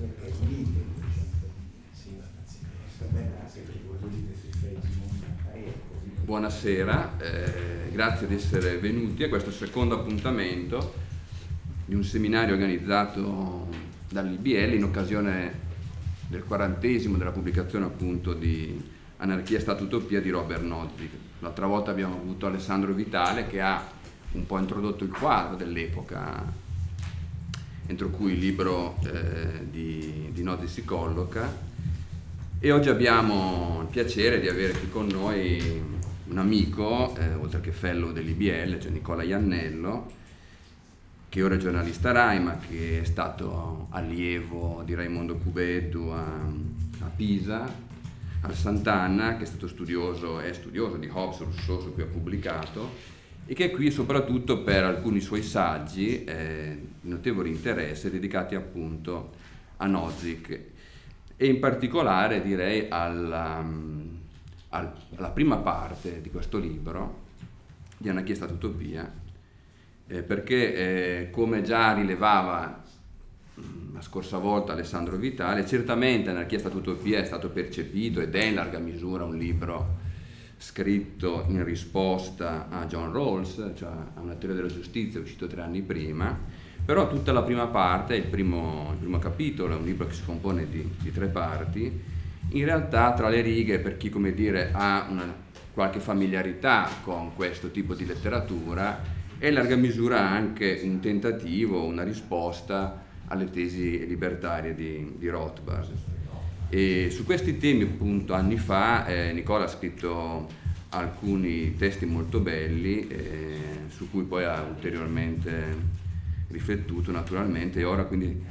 Buonasera, grazie di essere venuti a questo secondo appuntamento di un seminario organizzato dall'IBL in occasione del 40° della pubblicazione appunto di Anarchia, Stato, Utopia di Robert Nozick. L'altra volta abbiamo avuto Alessandro Vitale che ha un po' introdotto il quadro dell'epoca entro cui il libro di Nozick si colloca, e oggi abbiamo il piacere di avere qui con noi un amico, oltre che fellow dell'IBL, cioè Nicola Iannello, che ora è giornalista RAI, ma che è stato allievo di Raimondo Cubeddu a Pisa, al Sant'Anna, che è stato studioso di Hobbes, Rousseau, su cui ha pubblicato, e che è qui soprattutto per alcuni suoi saggi di notevole interesse dedicati appunto a Nozick, e in particolare direi alla prima parte di questo libro di Anarchia, Stato, Utopia, perché come già rilevava la scorsa volta Alessandro Vitale, certamente Anarchia, Stato, Utopia è stato percepito ed è in larga misura un libro scritto in risposta a John Rawls, cioè a una teoria della giustizia uscito 3 anni prima, però tutta la prima parte, il primo capitolo, è un libro che si compone di 3 parti. In realtà tra le righe, per chi come dire ha qualche familiarità con questo tipo di letteratura, è in larga misura anche un tentativo, una risposta alle tesi libertarie di Rothbard. E su questi temi appunto anni fa Nicola ha scritto alcuni testi molto belli su cui poi ha ulteriormente riflettuto naturalmente, e ora quindi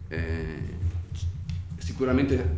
sicuramente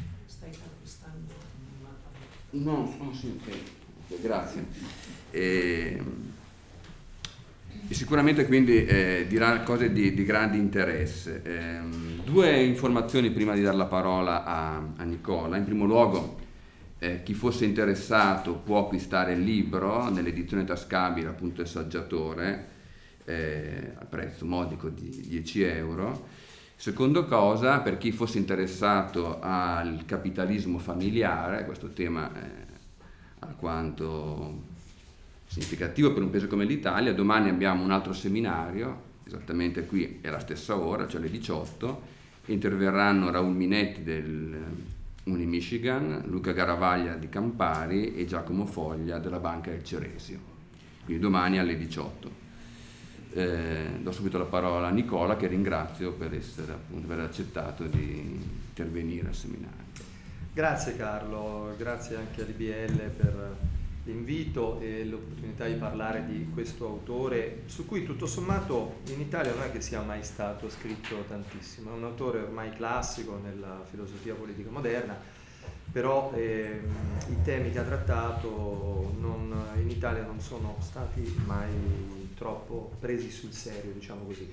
sì, ok, grazie. E sicuramente quindi dirà cose di grande interesse. 2 informazioni prima di dare la parola a Nicola. In primo luogo, chi fosse interessato può acquistare il libro nell'edizione tascabile appunto Il Saggiatore a prezzo modico di 10 euro. Secondo cosa, per chi fosse interessato al capitalismo familiare, questo tema è alquanto significativo per un paese come l'Italia, domani abbiamo un altro seminario, esattamente qui è la stessa ora, cioè alle 18, interverranno Raul Minetti dell'Uni Michigan, Luca Garavaglia di Campari e Giacomo Foglia della Banca del Ceresio, quindi domani alle 18. Do subito la parola a Nicola, che ringrazio per aver accettato di intervenire al seminario. Grazie Carlo, grazie anche all'IBL per l'invito e l'opportunità di parlare di questo autore su cui tutto sommato in Italia non è che sia mai stato scritto tantissimo. È un autore ormai classico nella filosofia politica moderna, però i temi che ha trattato in Italia non sono stati mai troppo presi sul serio, diciamo così.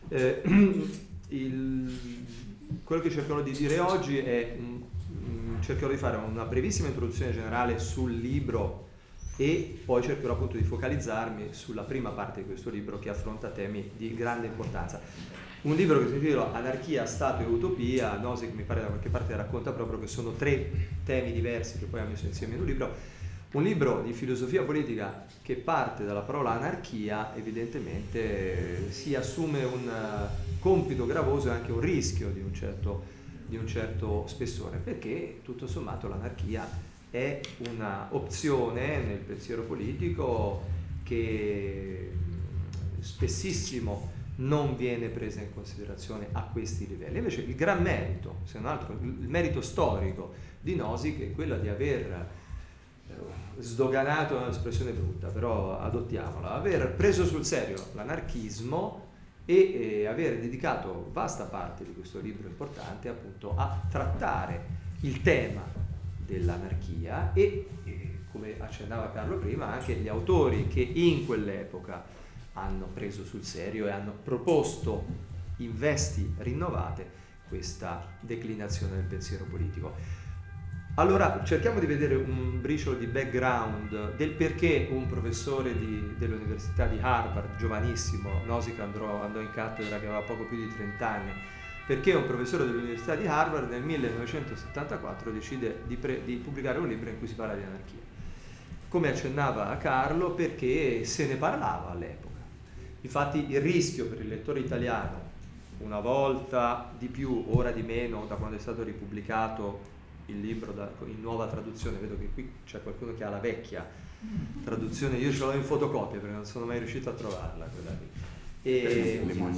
Quello che cercherò di dire oggi è cercherò di fare una brevissima introduzione generale sul libro e poi cercherò appunto di focalizzarmi sulla prima parte di questo libro che affronta temi di grande importanza. Un libro che si intitola Anarchia, Stato e Utopia. Nozick mi pare da qualche parte racconta proprio che sono 3 temi diversi che poi ha messo insieme in un libro di filosofia politica che parte dalla parola anarchia, evidentemente si assume un compito gravoso e anche un rischio di un certo spessore, perché tutto sommato l'anarchia è una opzione nel pensiero politico che spessissimo non viene presa in considerazione a questi livelli. Invece il gran merito, se non altro il merito storico di Nozick, è quello di aver sdoganato, è un'espressione brutta, però adottiamola, aver preso sul serio l'anarchismo e aver dedicato vasta parte di questo libro importante appunto a trattare il tema dell'anarchia e come accennava Carlo prima, anche gli autori che in quell'epoca hanno preso sul serio e hanno proposto in vesti rinnovate questa declinazione del pensiero politico. Allora cerchiamo di vedere un briciolo di background del perché un professore dell'Università di Harvard, giovanissimo, Nozick andò in cattedra che aveva poco più di 30 anni, perché un professore dell'Università di Harvard nel 1974 decide di pubblicare un libro in cui si parla di anarchia. Come accennava Carlo, perché se ne parlava all'epoca. Infatti il rischio per il lettore italiano, una volta di più, ora di meno, da quando è stato ripubblicato il libro in nuova traduzione, vedo che qui c'è qualcuno che ha la vecchia traduzione, io ce l'ho in fotocopia perché non sono mai riuscito a trovarla quella lì. E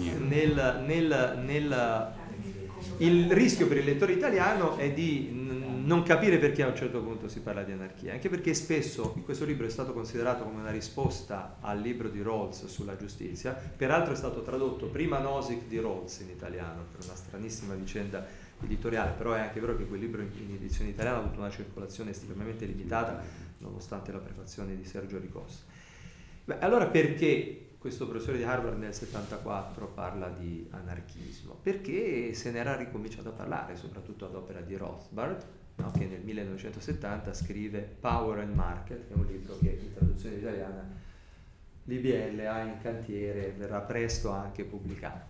il rischio per il lettore italiano è di non capire perché a un certo punto si parla di anarchia, anche perché spesso questo libro è stato considerato come una risposta al libro di Rawls sulla giustizia, peraltro è stato tradotto prima Nozick di Rawls in italiano per una stranissima vicenda editoriale, però è anche vero che quel libro in edizione italiana ha avuto una circolazione estremamente limitata nonostante la prefazione di Sergio Ricossa. Beh, allora perché questo professore di Harvard nel 74 parla di anarchismo? Perché se n'era ricominciato a parlare, soprattutto ad opera di Rothbard, no? Che nel 1970 scrive Power and Market, che è un libro che in traduzione italiana l'IBL ha in cantiere e verrà presto anche pubblicato.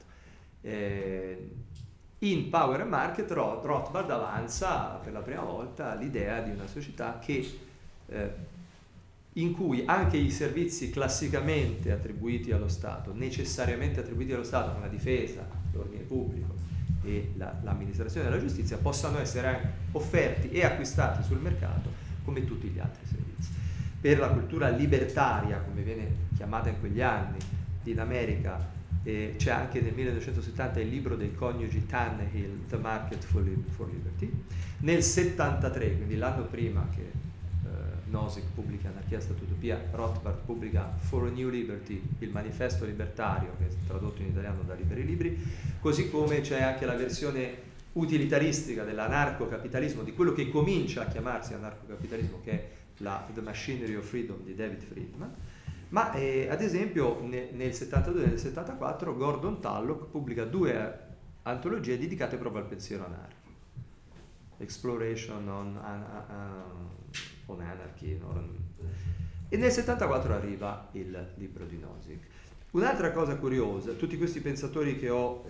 In Power and Market Rothbard avanza per la prima volta l'idea di una società che in cui anche i servizi classicamente attribuiti allo Stato, necessariamente attribuiti allo Stato, come la difesa, l'ordine pubblico e l'amministrazione della giustizia, possano essere anche offerti e acquistati sul mercato come tutti gli altri servizi. Per la cultura libertaria, come viene chiamata in quegli anni, in America, c'è anche nel 1970 il libro dei coniugi Tannehill, The Market for Liberty. Nel 73, quindi l'anno prima che Nozick pubblica Anarchia, Stato, Utopia, Rothbard pubblica For a New Liberty, il manifesto libertario, che è tradotto in italiano da Liberi Libri, così come c'è anche la versione utilitaristica dell'anarcocapitalismo, di quello che comincia a chiamarsi anarcocapitalismo, che è The Machinery of Freedom di David Friedman. Ma ad esempio nel 72 e nel 74 Gordon Tullock pubblica 2 antologie dedicate proprio al pensiero anarchico. Exploration on Anarchy, e nel 74 arriva il libro di Nozick. Un'altra cosa curiosa, tutti questi pensatori che ho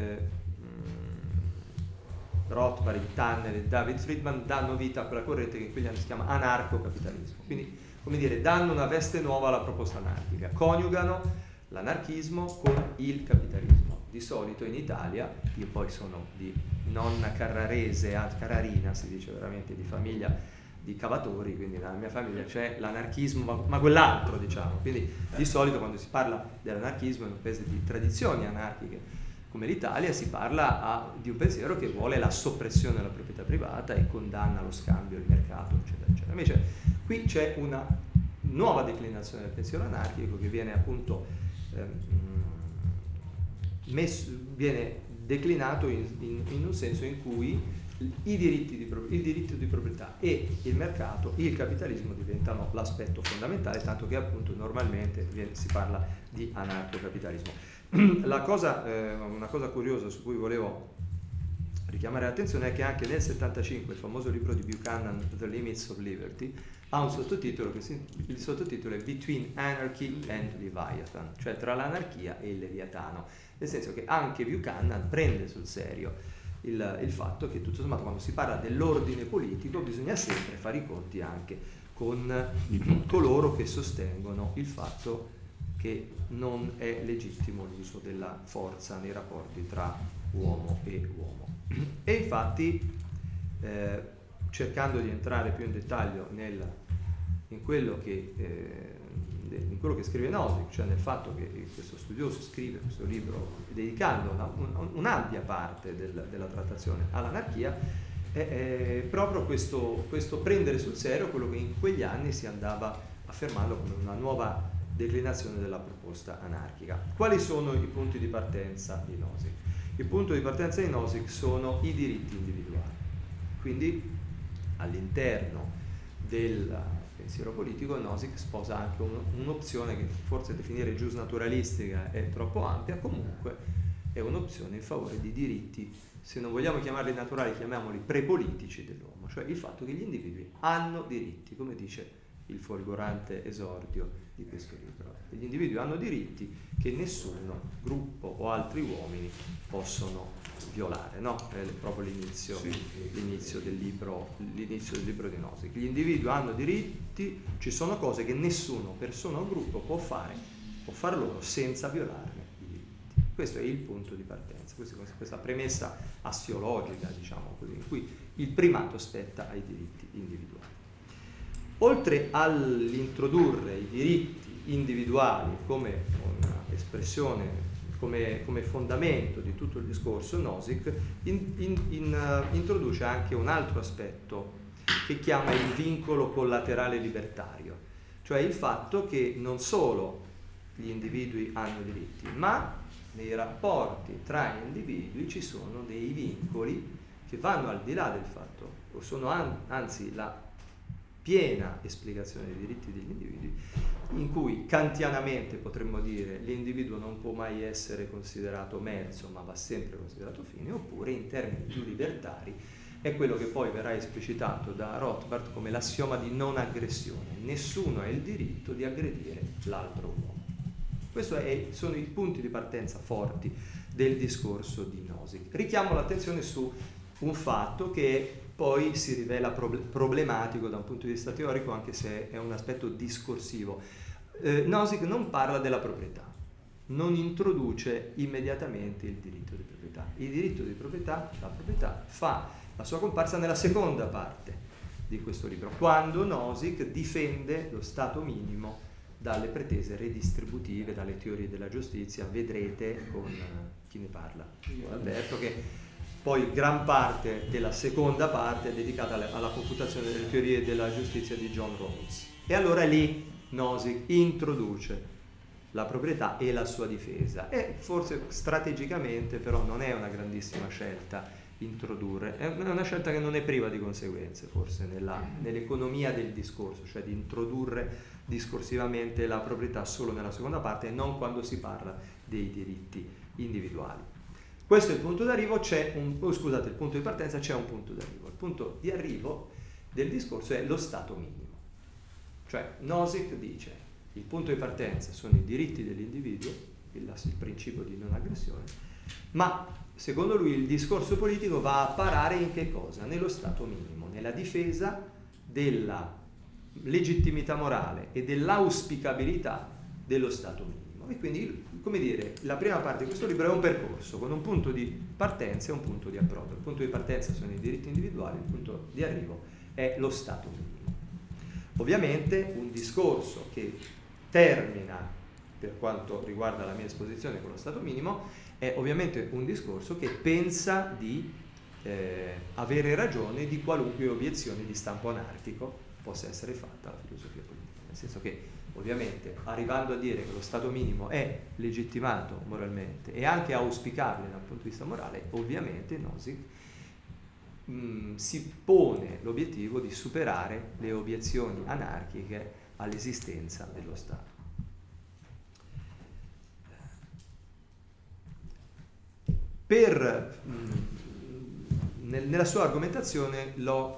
Rothbard, Tanner e David Friedman danno vita a quella corrente che in quegli anni si chiama anarcocapitalismo, quindi come dire, danno una veste nuova alla proposta anarchica, coniugano l'anarchismo con il capitalismo. Di solito in Italia, io poi sono di nonna carrarese, carrarina si dice veramente, di famiglia di cavatori, quindi nella mia famiglia c'è l'anarchismo, ma quell'altro, diciamo. Quindi di solito quando si parla dell'anarchismo in un paese di tradizioni anarchiche come l'Italia si parla di un pensiero che vuole la soppressione della proprietà privata e condanna lo scambio, il mercato, eccetera, eccetera. Invece qui c'è una nuova declinazione del pensiero anarchico che viene appunto viene declinato in un senso in cui il diritto di proprietà e il mercato, il capitalismo diventano l'aspetto fondamentale, tanto che appunto normalmente si parla di anarcocapitalismo. Una cosa curiosa su cui volevo richiamare l'attenzione è che anche nel 75 il famoso libro di Buchanan, The Limits of Liberty, ha un sottotitolo il sottotitolo è Between Anarchy and Leviathan, cioè tra l'anarchia e il Leviatano, nel senso che anche Buchanan prende sul serio il fatto che tutto sommato quando si parla dell'ordine politico bisogna sempre fare i conti anche con coloro che sostengono il fatto che non è legittimo l'uso della forza nei rapporti tra uomo e uomo. E infatti cercando di entrare più in dettaglio in quello che scrive Nozick, cioè nel fatto che questo studioso scrive questo libro dedicando un'ampia parte della trattazione all'anarchia, è proprio questo prendere sul serio quello che in quegli anni si andava affermando come una nuova declinazione della proposta anarchica. Quali sono i punti di partenza di Nozick? Il punto di partenza di Nozick sono i diritti individuali, quindi all'interno del pensiero politico Nozick sposa anche un'opzione che forse definire giusnaturalistica è troppo ampia, comunque è un'opzione in favore di diritti, se non vogliamo chiamarli naturali chiamiamoli prepolitici dell'uomo, cioè il fatto che gli individui hanno diritti, come dice il folgorante esordio di questo libro. Gli individui hanno diritti che nessuno, gruppo o altri uomini possono violare, no? È proprio l'inizio del libro di Nozick. Gli individui hanno diritti, ci sono cose che nessuno, persona o gruppo può far loro senza violarne i diritti. Questo è il punto di partenza, questa premessa assiologica, diciamo così, in cui il primato spetta ai diritti individuali. Oltre all'introdurre i diritti individuali come un'espressione, come fondamento di tutto il discorso, Nozick introduce anche un altro aspetto che chiama il vincolo collaterale libertario, cioè il fatto che non solo gli individui hanno diritti, ma nei rapporti tra individui ci sono dei vincoli che vanno al di là del fatto, o sono anzi la piena esplicazione dei diritti degli individui, in cui kantianamente potremmo dire l'individuo non può mai essere considerato mezzo, ma va sempre considerato fine, oppure in termini più libertari è quello che poi verrà esplicitato da Rothbard come l'assioma di non aggressione. Nessuno ha il diritto di aggredire l'altro uomo. Questi sono i punti di partenza forti del discorso di Nozick. Richiamo l'attenzione su un fatto che poi si rivela problematico da un punto di vista teorico, anche se è un aspetto discorsivo. Nozick non parla della proprietà, non introduce immediatamente il diritto di proprietà. Il diritto di proprietà, la proprietà, fa la sua comparsa nella seconda parte di questo libro, quando Nozick difende lo stato minimo dalle pretese redistributive, dalle teorie della giustizia. Vedrete con chi ne parla, con Alberto, che poi gran parte della seconda parte è dedicata alla confutazione delle teorie della giustizia di John Rawls. E allora lì Nozick introduce la proprietà e la sua difesa. E forse strategicamente però non è una grandissima scelta introdurre, è una scelta che non è priva di conseguenze forse nell'economia del discorso, cioè di introdurre discorsivamente la proprietà solo nella seconda parte e non quando si parla dei diritti individuali. Questo è il punto d'arrivo, il punto di partenza, c'è un punto d'arrivo. Il punto di arrivo del discorso è lo stato minimo. Cioè Nozick dice il punto di partenza sono i diritti dell'individuo, il principio di non aggressione, ma secondo lui il discorso politico va a parare in che cosa? Nello stato minimo, nella difesa della legittimità morale e dell'auspicabilità dello stato minimo. E quindi, come dire, la prima parte di questo libro è un percorso con un punto di partenza e un punto di approdo. Il punto di partenza sono i diritti individuali, il punto di arrivo è lo stato minimo. Ovviamente un discorso che termina, per quanto riguarda la mia esposizione, con lo stato minimo, è ovviamente un discorso che pensa di avere ragione di qualunque obiezione di stampo anarchico possa essere fatta alla filosofia politica, nel senso che ovviamente arrivando a dire che lo stato minimo è legittimato moralmente e anche auspicabile dal punto di vista morale, ovviamente Nozick si pone l'obiettivo di superare le obiezioni anarchiche all'esistenza dello Stato. Nella sua argomentazione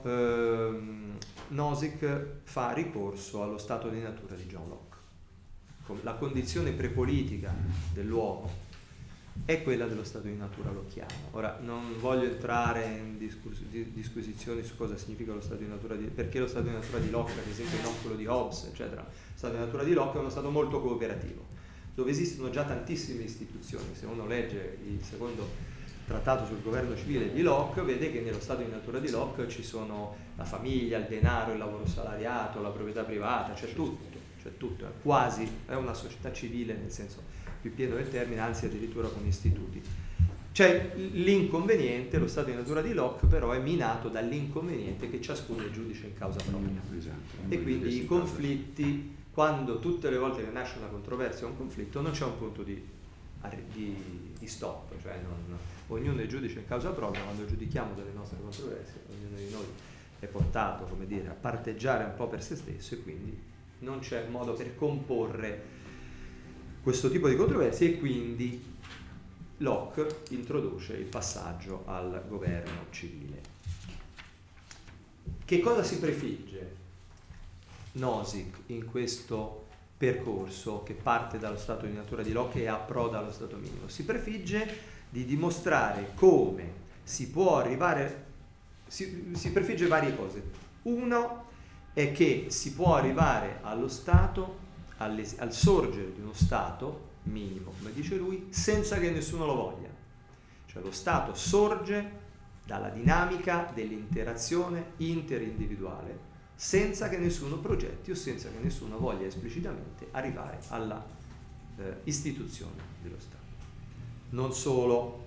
Nozick fa ricorso allo stato di natura di John Locke. La condizione prepolitica dell'uomo è quella dello stato di natura locchiano. Ora non voglio entrare in disquisizioni su cosa significa lo stato di natura perché lo stato di natura di Locke, ad esempio, e non quello di Hobbes, eccetera. Lo stato di natura di Locke è uno stato molto cooperativo, dove esistono già tantissime istituzioni. Se uno legge il secondo trattato sul governo civile di Locke, vede che nello stato di natura di Locke ci sono la famiglia, il denaro, il lavoro salariato, la proprietà privata, c'è tutto, quasi è una società civile nel senso più pieno del termine, anzi addirittura con istituti. C'è l'inconveniente, lo stato di natura di Locke però è minato dall'inconveniente che ciascuno è giudice in causa propria. Esatto. E quindi i conflitti, quando tutte le volte che nasce una controversia o un conflitto, non c'è un punto di stop, cioè ognuno è giudice in causa propria. Quando giudichiamo delle nostre controversie, ognuno di noi è portato, come dire, a parteggiare un po' per se stesso e quindi non c'è modo per comporre questo tipo di controversie e quindi Locke introduce il passaggio al governo civile. Che cosa si prefigge Nozick in questo percorso che parte dallo stato di natura di Locke e approda allo stato minimo? Si prefigge di dimostrare come si può arrivare, si prefigge varie cose. Uno è che si può arrivare allo stato, al sorgere di uno stato minimo, come dice lui, senza che nessuno lo voglia. Cioè lo stato sorge dalla dinamica dell'interazione interindividuale senza che nessuno progetti o senza che nessuno voglia esplicitamente arrivare alla istituzione dello Stato. Non solo,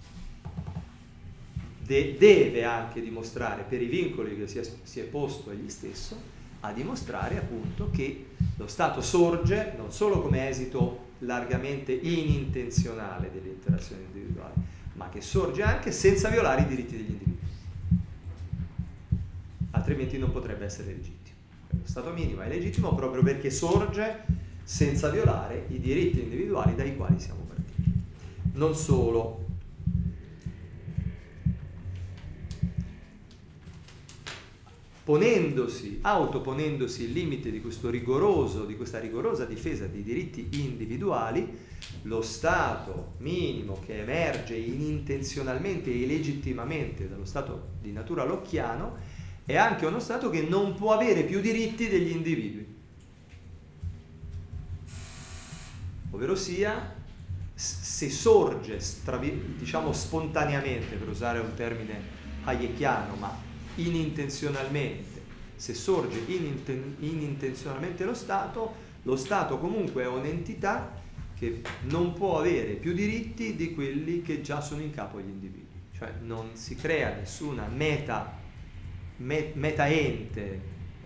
deve anche dimostrare, per i vincoli che si è posto egli stesso, a dimostrare appunto che lo Stato sorge non solo come esito largamente inintenzionale delle interazioni individuali, ma che sorge anche senza violare i diritti degli individui. Altrimenti non potrebbe essere legittimo. Lo stato minimo è legittimo proprio perché sorge senza violare i diritti individuali dai quali siamo partiti. Non solo, autoponendosi il limite di questa rigorosa difesa dei diritti individuali, lo stato minimo che emerge inintenzionalmente e illegittimamente dallo stato di natura locchiano è anche uno stato che non può avere più diritti degli individui. Ovvero sia, se sorge, diciamo spontaneamente, per usare un termine hayekiano, ma inintenzionalmente, se sorge inintenzionalmente lo Stato comunque è un'entità che non può avere più diritti di quelli che già sono in capo agli individui. Cioè non si crea nessuna meta-ente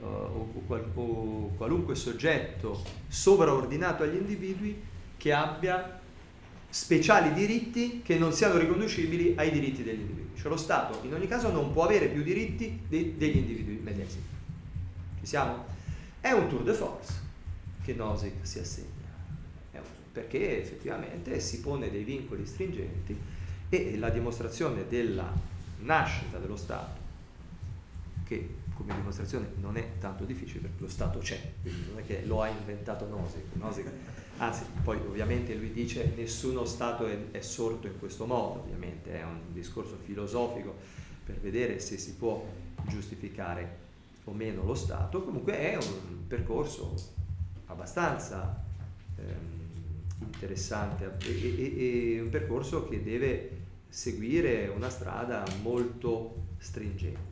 o qualunque soggetto sovraordinato agli individui che abbia speciali diritti che non siano riconducibili ai diritti degli individui. Cioè lo Stato in ogni caso non può avere più diritti degli individui medesimi. Ci siamo? È un tour de force che Nozick si assegna, perché effettivamente si pone dei vincoli stringenti e la dimostrazione della nascita dello Stato, che come dimostrazione non è tanto difficile perché lo Stato c'è, quindi non è che lo ha inventato Nozick, anzi poi ovviamente lui dice nessuno Stato è sorto in questo modo, ovviamente è un discorso filosofico per vedere se si può giustificare o meno lo Stato. Comunque è un percorso abbastanza interessante e un percorso che deve seguire una strada molto stringente.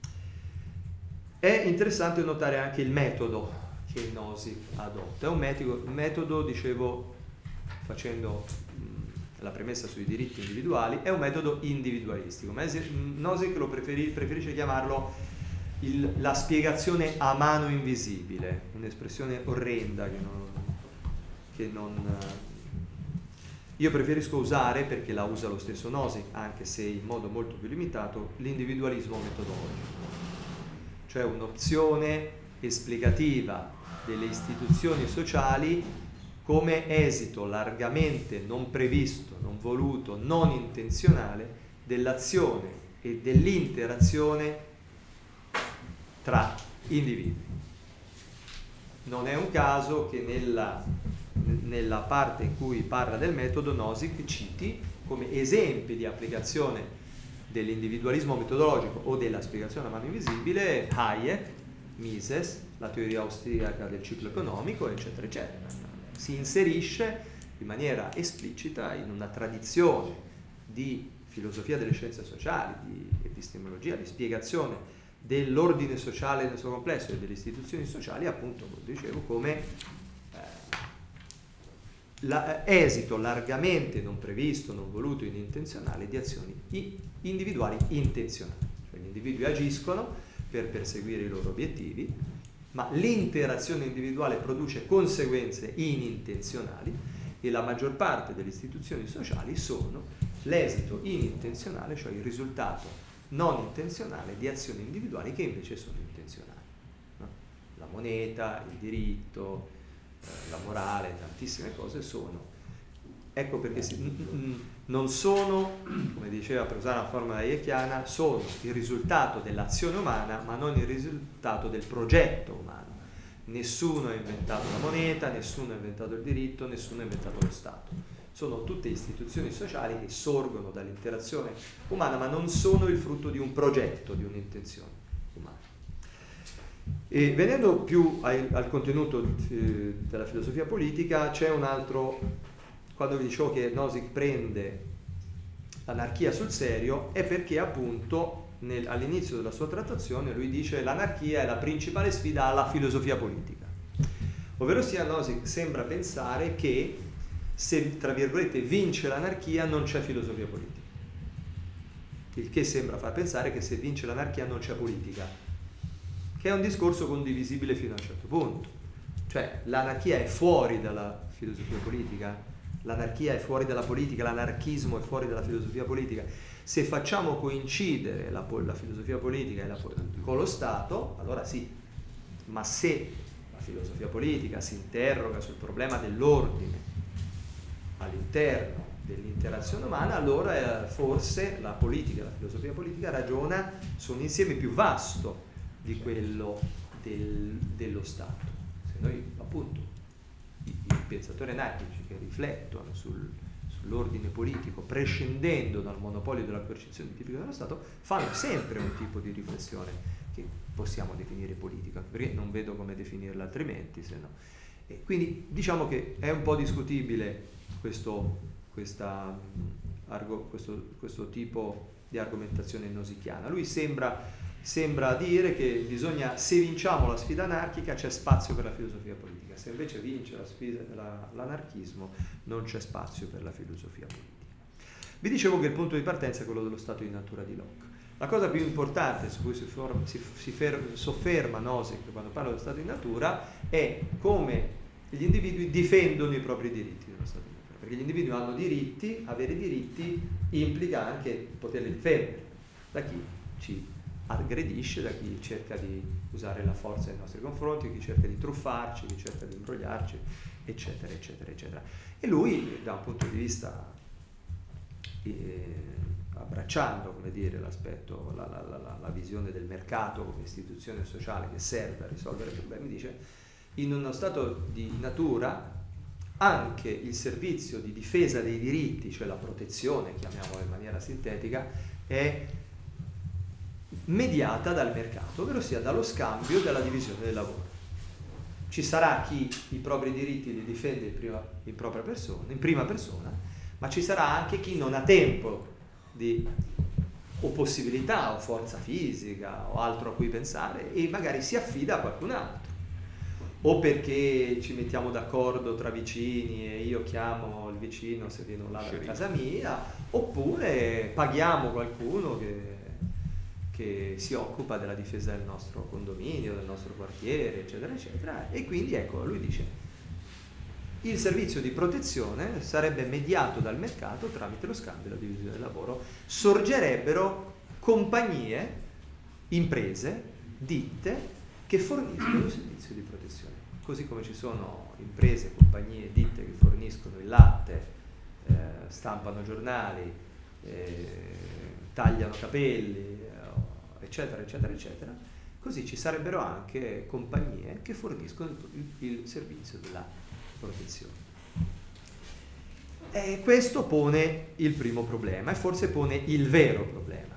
È interessante notare anche il metodo che Nozick adotta. È un metodo, dicevo, facendo la premessa sui diritti individuali, è un metodo individualistico. Nozick lo preferisce chiamarlo la spiegazione a mano invisibile, un'espressione orrenda che non io preferisco usare, perché la usa lo stesso Nozick, anche se in modo molto più limitato, l'individualismo metodologico, cioè un'opzione esplicativa delle istituzioni sociali come esito largamente non previsto, non voluto, non intenzionale dell'azione e dell'interazione tra individui. Non è un caso che nella parte in cui parla del metodo Nozick citi come esempi di applicazione dell'individualismo metodologico o della spiegazione a mano invisibile Hayek, Mises, la teoria austriaca del ciclo economico, eccetera, eccetera. Si inserisce in maniera esplicita in una tradizione di filosofia delle scienze sociali, di epistemologia, di spiegazione dell'ordine sociale nel suo complesso e delle istituzioni sociali, appunto, come dicevo, come esito largamente non previsto, non voluto, inintenzionale di azioni individuali intenzionali. Cioè gli individui agiscono per perseguire i loro obiettivi, ma l'interazione individuale produce conseguenze inintenzionali e la maggior parte delle istituzioni sociali sono l'esito inintenzionale, cioè il risultato non intenzionale di azioni individuali che invece sono intenzionali. No? La moneta, il diritto, la morale, tantissime cose sono. Ecco perché non sono, come diceva, per usare una formula hayekiana, sono il risultato dell'azione umana, ma non il risultato del progetto umano. Nessuno ha inventato la moneta, nessuno ha inventato il diritto, nessuno ha inventato lo Stato. Sono tutte istituzioni sociali che sorgono dall'interazione umana, ma non sono il frutto di un progetto, di un'intenzione umana. E venendo più al contenuto della filosofia politica, c'è un altro, quando vi dicevo che Nozick prende l'anarchia sul serio, è perché appunto all'inizio della sua trattazione lui dice che l'anarchia è la principale sfida alla filosofia politica. Ovvero sia, Nozick sembra pensare che se, tra virgolette, vince l'anarchia non c'è filosofia politica. Il che sembra far pensare che se vince l'anarchia non c'è politica, che è un discorso condivisibile fino a un certo punto. Cioè, l'anarchia è fuori dalla filosofia politica, l'anarchia è fuori dalla politica, l'anarchismo è fuori dalla filosofia politica. Se facciamo coincidere la filosofia politica con lo Stato, allora sì. Ma se la filosofia politica si interroga sul problema dell'ordine all'interno dell'interazione umana, allora forse la politica, la filosofia politica ragiona su un insieme più vasto di quello dello Stato. Se noi appunto i pensatori anarchici che riflettono sull'ordine politico prescindendo dal monopolio della coercizione tipica dello Stato fanno sempre un tipo di riflessione che possiamo definire politica, perché non vedo come definirla altrimenti, se no. E quindi diciamo che è un po' discutibile questo tipo di argomentazione nozicchiana. Lui sembra dire che bisogna, se vinciamo la sfida anarchica c'è spazio per la filosofia politica, se invece vince l'anarchismo non c'è spazio per la filosofia politica. Vi dicevo che il punto di partenza è quello dello stato di natura di Locke. La cosa più importante su cui si sofferma Nozick quando parla dello stato di natura è come gli individui difendono i propri diritti dello stato di natura, perché gli individui hanno diritti, avere diritti implica anche poterli difendere da chi ci aggredisce, da chi cerca di usare la forza nei nostri confronti, chi cerca di truffarci, chi cerca di imbrogliarci, eccetera, eccetera, eccetera. E lui, da un punto di vista, abbracciando, come dire, l'aspetto, la visione del mercato come istituzione sociale che serve a risolvere problemi, dice: in uno stato di natura anche il servizio di difesa dei diritti, cioè la protezione, chiamiamola in maniera sintetica, è mediata dal mercato, ovvero sia dallo scambio e dalla divisione del lavoro. Ci sarà chi i propri diritti li difende in prima persona, ma ci sarà anche chi non ha tempo o possibilità o forza fisica o altro a cui pensare e magari si affida a qualcun altro, o perché ci mettiamo d'accordo tra vicini e io chiamo il vicino se viene là da casa mia, oppure paghiamo qualcuno che si occupa della difesa del nostro condominio, del nostro quartiere, eccetera, eccetera. E quindi ecco, lui dice: il servizio di protezione sarebbe mediato dal mercato tramite lo scambio e la divisione del lavoro. Sorgerebbero compagnie, imprese, ditte che forniscono il servizio di protezione. Così come ci sono imprese, compagnie, ditte che forniscono il latte, stampano giornali, tagliano capelli, eccetera, eccetera, eccetera, così ci sarebbero anche compagnie che forniscono il servizio della protezione. E questo pone il primo problema e forse pone il vero problema,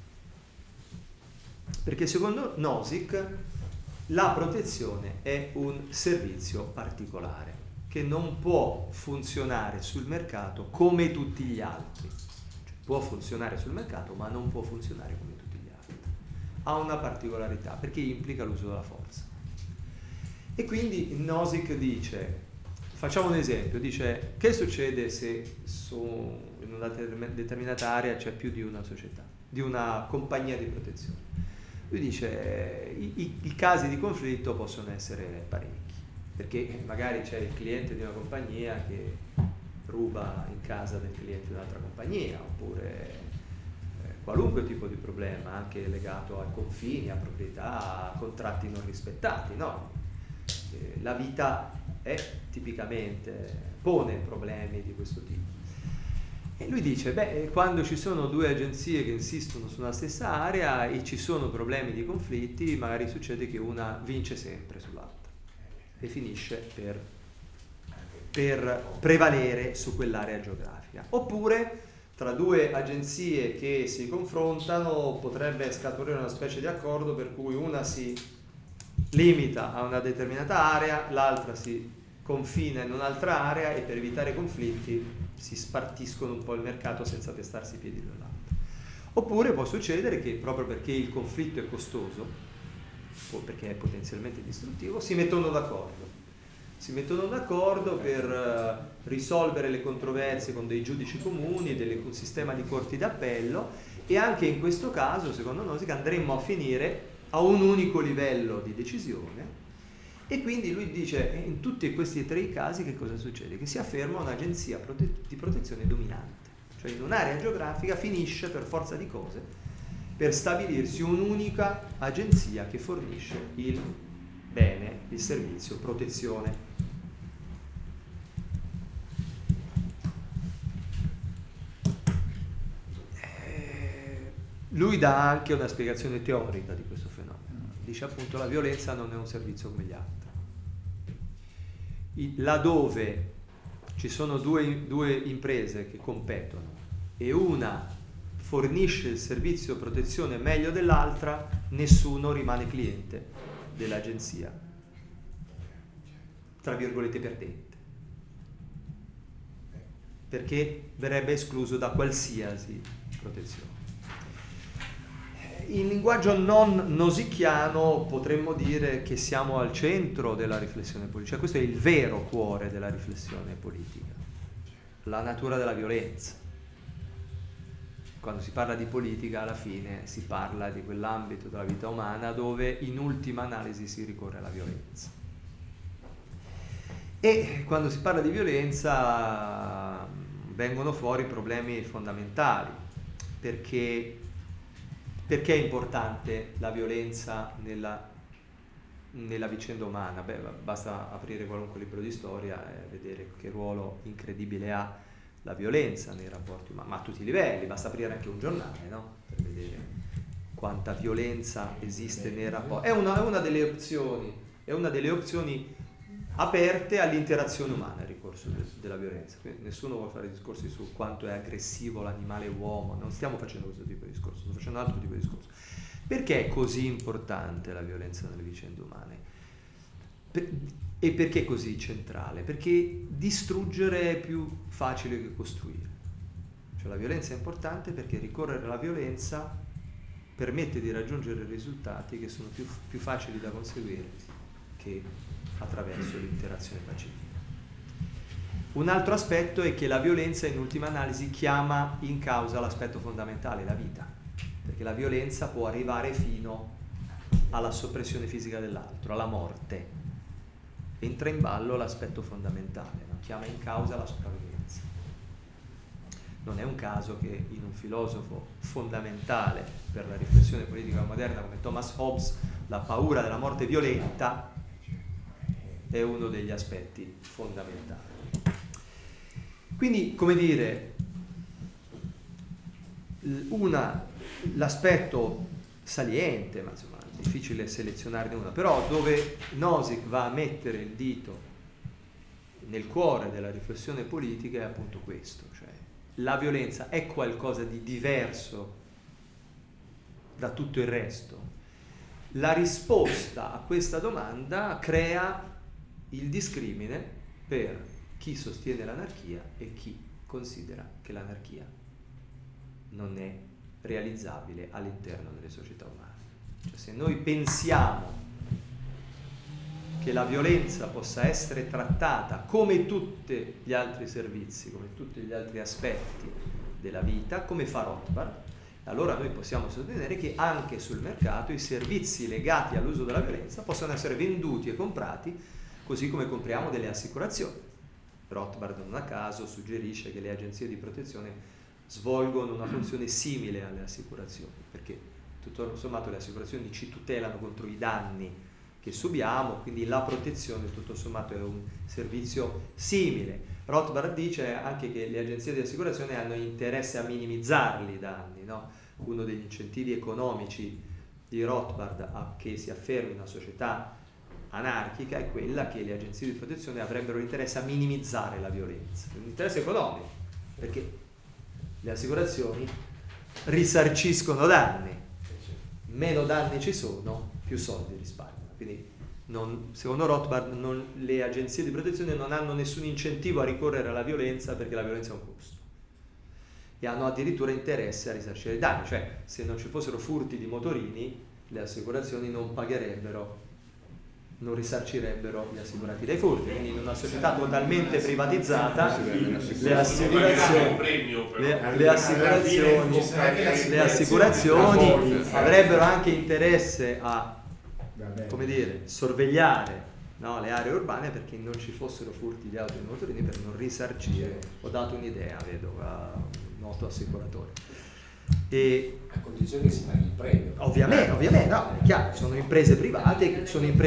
perché secondo Nozick la protezione è un servizio particolare che non può funzionare sul mercato come tutti gli altri. Cioè, può funzionare sul mercato ma non può funzionare come tutti gli altri. Ha una particolarità perché implica l'uso della forza. E quindi Nozick dice, facciamo un esempio, dice: che succede se in una determinata area c'è più di una società, di una compagnia di protezione? Lui dice: i casi di conflitto possono essere parecchi, perché magari c'è il cliente di una compagnia che ruba in casa del cliente di un'altra compagnia, oppure qualunque tipo di problema, anche legato ai confini, a proprietà, a contratti non rispettati, no? La vita pone problemi di questo tipo. E lui dice: quando ci sono due agenzie che insistono su una stessa area e ci sono problemi di conflitti, magari succede che una vince sempre sull'altra. e finisce per prevalere su quell'area geografica. Oppure tra due agenzie che si confrontano potrebbe scaturire una specie di accordo per cui una si limita a una determinata area, l'altra si confina in un'altra area e per evitare conflitti si spartiscono un po' il mercato senza pestarsi i piedi l'un l'altro. Oppure può succedere che proprio perché il conflitto è costoso o perché è potenzialmente distruttivo si mettono d'accordo per risolvere le controversie con dei giudici comuni, un sistema di corti d'appello, e anche in questo caso, secondo Nozick, andremmo a finire a un unico livello di decisione. E quindi lui dice, in tutti questi tre casi che cosa succede? Che si afferma un'agenzia di protezione dominante, cioè in un'area geografica finisce per forza di cose per stabilirsi un'unica agenzia che fornisce il bene, il servizio, protezione. Lui dà anche una spiegazione teorica di questo fenomeno. Dice appunto la violenza non è un servizio come gli altri. Laddove ci sono due imprese che competono e una fornisce il servizio protezione meglio dell'altra, nessuno rimane cliente dell'agenzia, tra virgolette perdente, perché verrebbe escluso da qualsiasi protezione. In linguaggio non nosicchiano potremmo dire che siamo al centro della riflessione politica, cioè questo è il vero cuore della riflessione politica, la natura della violenza. Quando si parla di politica alla fine si parla di quell'ambito della vita umana dove in ultima analisi si ricorre alla violenza. E quando si parla di violenza vengono fuori problemi fondamentali, perché è importante la violenza nella vicenda umana? Beh, basta aprire qualunque libro di storia e vedere che ruolo incredibile ha la violenza nei rapporti umani, ma a tutti i livelli. Basta aprire anche un giornale, no? Per vedere quanta violenza esiste nei rapporti. È una delle opzioni aperte all'interazione umana, il ricorso della violenza. Quindi nessuno vuole fare discorsi su quanto è aggressivo l'animale uomo, non stiamo facendo questo tipo di discorso, stiamo facendo un altro tipo di discorso. Perché è così importante la violenza nelle vicende umane? E perché è così centrale? Perché distruggere è più facile che costruire. Cioè la violenza è importante perché ricorrere alla violenza permette di raggiungere risultati che sono più facili da conseguire che attraverso l'interazione pacifica. Un altro aspetto è che la violenza in ultima analisi chiama in causa l'aspetto fondamentale, la vita, perché la violenza può arrivare fino alla soppressione fisica dell'altro, alla morte. Entra in ballo l'aspetto fondamentale, no? Chiama in causa la sopravvivenza. Non è un caso che in un filosofo fondamentale per la riflessione politica moderna come Thomas Hobbes la paura della morte violenta è uno degli aspetti fondamentali. Quindi, come dire, l'aspetto saliente, ma insomma è difficile selezionarne una, però dove Nozick va a mettere il dito nel cuore della riflessione politica è appunto questo, cioè la violenza è qualcosa di diverso da tutto il resto. La risposta a questa domanda crea il discrimine per chi sostiene l'anarchia e chi considera che l'anarchia non è realizzabile all'interno delle società umane. Cioè, se noi pensiamo che la violenza possa essere trattata come tutti gli altri servizi, come tutti gli altri aspetti della vita, come fa Rothbard, allora noi possiamo sostenere che anche sul mercato i servizi legati all'uso della violenza possono essere venduti e comprati così come compriamo delle assicurazioni. Rothbard non a caso suggerisce che le agenzie di protezione svolgono una funzione simile alle assicurazioni, perché tutto sommato le assicurazioni ci tutelano contro i danni che subiamo, quindi la protezione tutto sommato è un servizio simile. Rothbard dice anche che le agenzie di assicurazione hanno interesse a minimizzarli i danni, no? Uno degli incentivi economici di Rothbard a che si affermi una società anarchica è quella che le agenzie di protezione avrebbero interesse a minimizzare la violenza, un interesse economico, perché le assicurazioni risarciscono danni, meno danni ci sono, più soldi risparmiano. Quindi secondo Rothbard le agenzie di protezione non hanno nessun incentivo a ricorrere alla violenza, perché la violenza è un costo, e hanno addirittura interesse a risarcire i danni. Cioè, se non ci fossero furti di motorini, le assicurazioni non pagherebbero, non risarcirebbero gli assicurati dai furti. Quindi in una società totalmente privatizzata le assicurazioni avrebbero anche interesse a, come dire, sorvegliare, no, le aree urbane, perché non ci fossero furti di auto e di motorini, per non risarcire. Ho dato un'idea, vedo, a un noto assicuratore. E a condizione che si paghi il premio. Ovviamente, no, è chiaro, sono imprese private,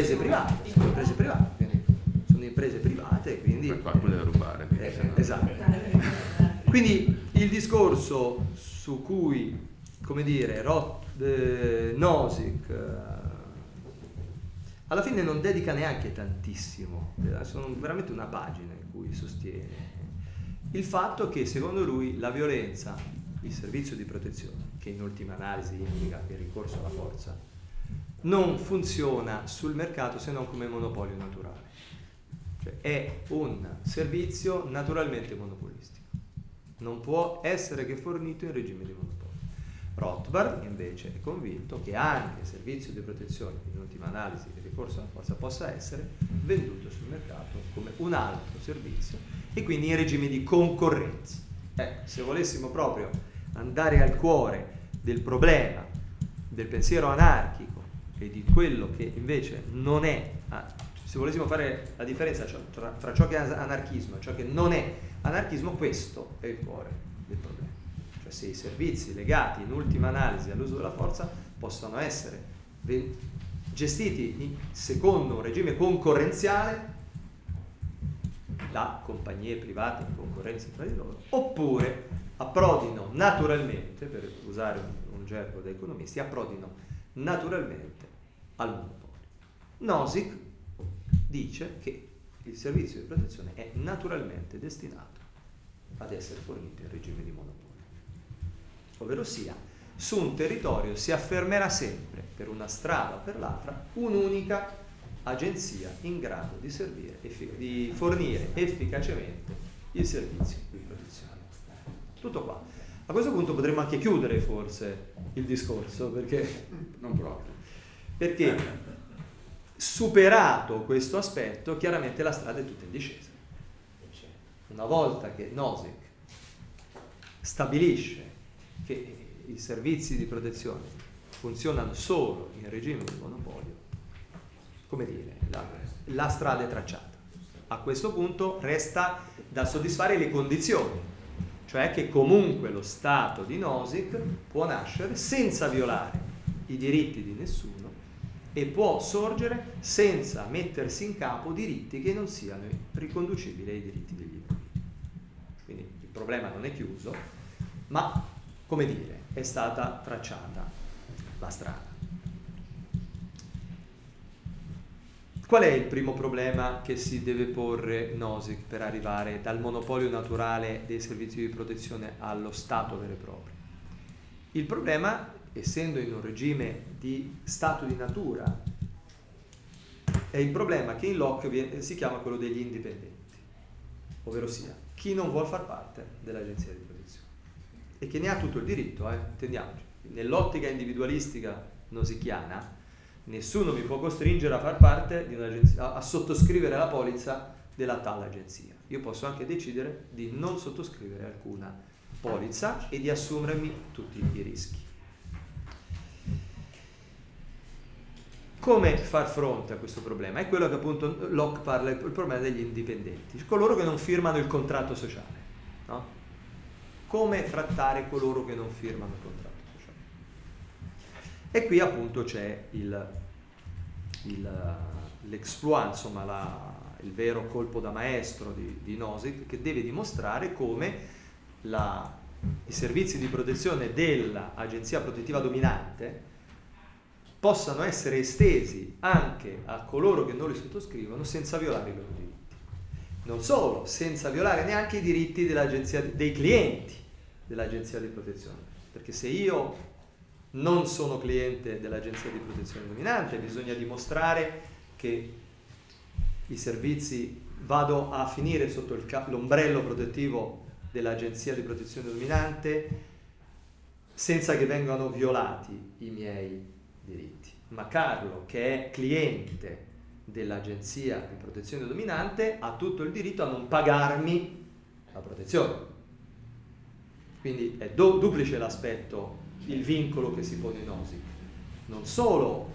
quindi qualcuno deve rubare. esatto. Quindi il discorso su cui, come dire, Nozick alla fine non dedica neanche tantissimo, sono veramente una pagina in cui sostiene il fatto che secondo lui la violenza, il servizio di protezione, che in ultima analisi indica il ricorso alla forza, non funziona sul mercato se non come monopolio naturale. Cioè è un servizio naturalmente monopolistico, non può essere che fornito in regime di monopolio. Rothbard invece è convinto che anche il servizio di protezione, in ultima analisi il ricorso alla forza, possa essere venduto sul mercato come un altro servizio e quindi in regime di concorrenza. Se volessimo proprio andare al cuore del problema del pensiero anarchico e di quello che invece non è, se volessimo fare la differenza tra ciò che è anarchismo e ciò che non è anarchismo, questo è il cuore del problema. Cioè, se i servizi legati in ultima analisi all'uso della forza possono essere gestiti secondo un regime concorrenziale da compagnie private in concorrenza tra di loro, oppure approdino naturalmente, per usare un gergo da economisti, approdino naturalmente al monopolio. Nozick dice che il servizio di protezione è naturalmente destinato ad essere fornito in regime di monopolio, ovvero sia su un territorio si affermerà sempre, per una strada o per l'altra, un'unica agenzia in grado di di fornire efficacemente il servizio di protezione. Tutto qua. A questo punto potremmo anche chiudere forse il discorso, perché Non proprio. perché superato questo aspetto, chiaramente la strada è tutta in discesa. Una volta che Nozick stabilisce che i servizi di protezione funzionano solo in regime di monopolio, come dire, la strada è tracciata. A questo punto resta da soddisfare le condizioni, cioè che comunque lo Stato di Nozick può nascere senza violare i diritti di nessuno e può sorgere senza mettersi in capo diritti che non siano riconducibili ai diritti degli individui. Quindi il problema non è chiuso, ma, come dire, è stata tracciata la strada. Qual è il primo problema che si deve porre Nozick per arrivare dal monopolio naturale dei servizi di protezione allo Stato vero e proprio? Il problema, essendo in un regime di stato di natura, è il problema che in Locke si chiama quello degli indipendenti, ovvero sia chi non vuol far parte dell'agenzia di protezione e che ne ha tutto il diritto, intendiamoci. Nell'ottica individualistica nozicchiana, nessuno mi può costringere a far parte di un'agenzia, a sottoscrivere la polizza della tale agenzia. Io posso anche decidere di non sottoscrivere alcuna polizza e di assumermi tutti i rischi. Come far fronte a questo problema? È quello che appunto Locke parla, il problema degli indipendenti, coloro che non firmano il contratto sociale, no? Come trattare coloro che non firmano il contratto sociale? E qui appunto c'è l'exploit, insomma il vero colpo da maestro di Nozick, che deve dimostrare come i servizi di protezione dell'agenzia protettiva dominante possano essere estesi anche a coloro che non li sottoscrivono senza violare i loro diritti. Non solo, senza violare neanche i diritti dei clienti dell'agenzia di protezione, perché se io non sono cliente dell'agenzia di protezione dominante bisogna dimostrare che i servizi vado a finire sotto l'ombrello protettivo dell'agenzia di protezione dominante senza che vengano violati i miei diritti. Ma Carlo, che è cliente dell'agenzia di protezione dominante, ha tutto il diritto a non pagarmi la protezione. Quindi è duplice l'aspetto, il vincolo che si pone in OSIC. Non solo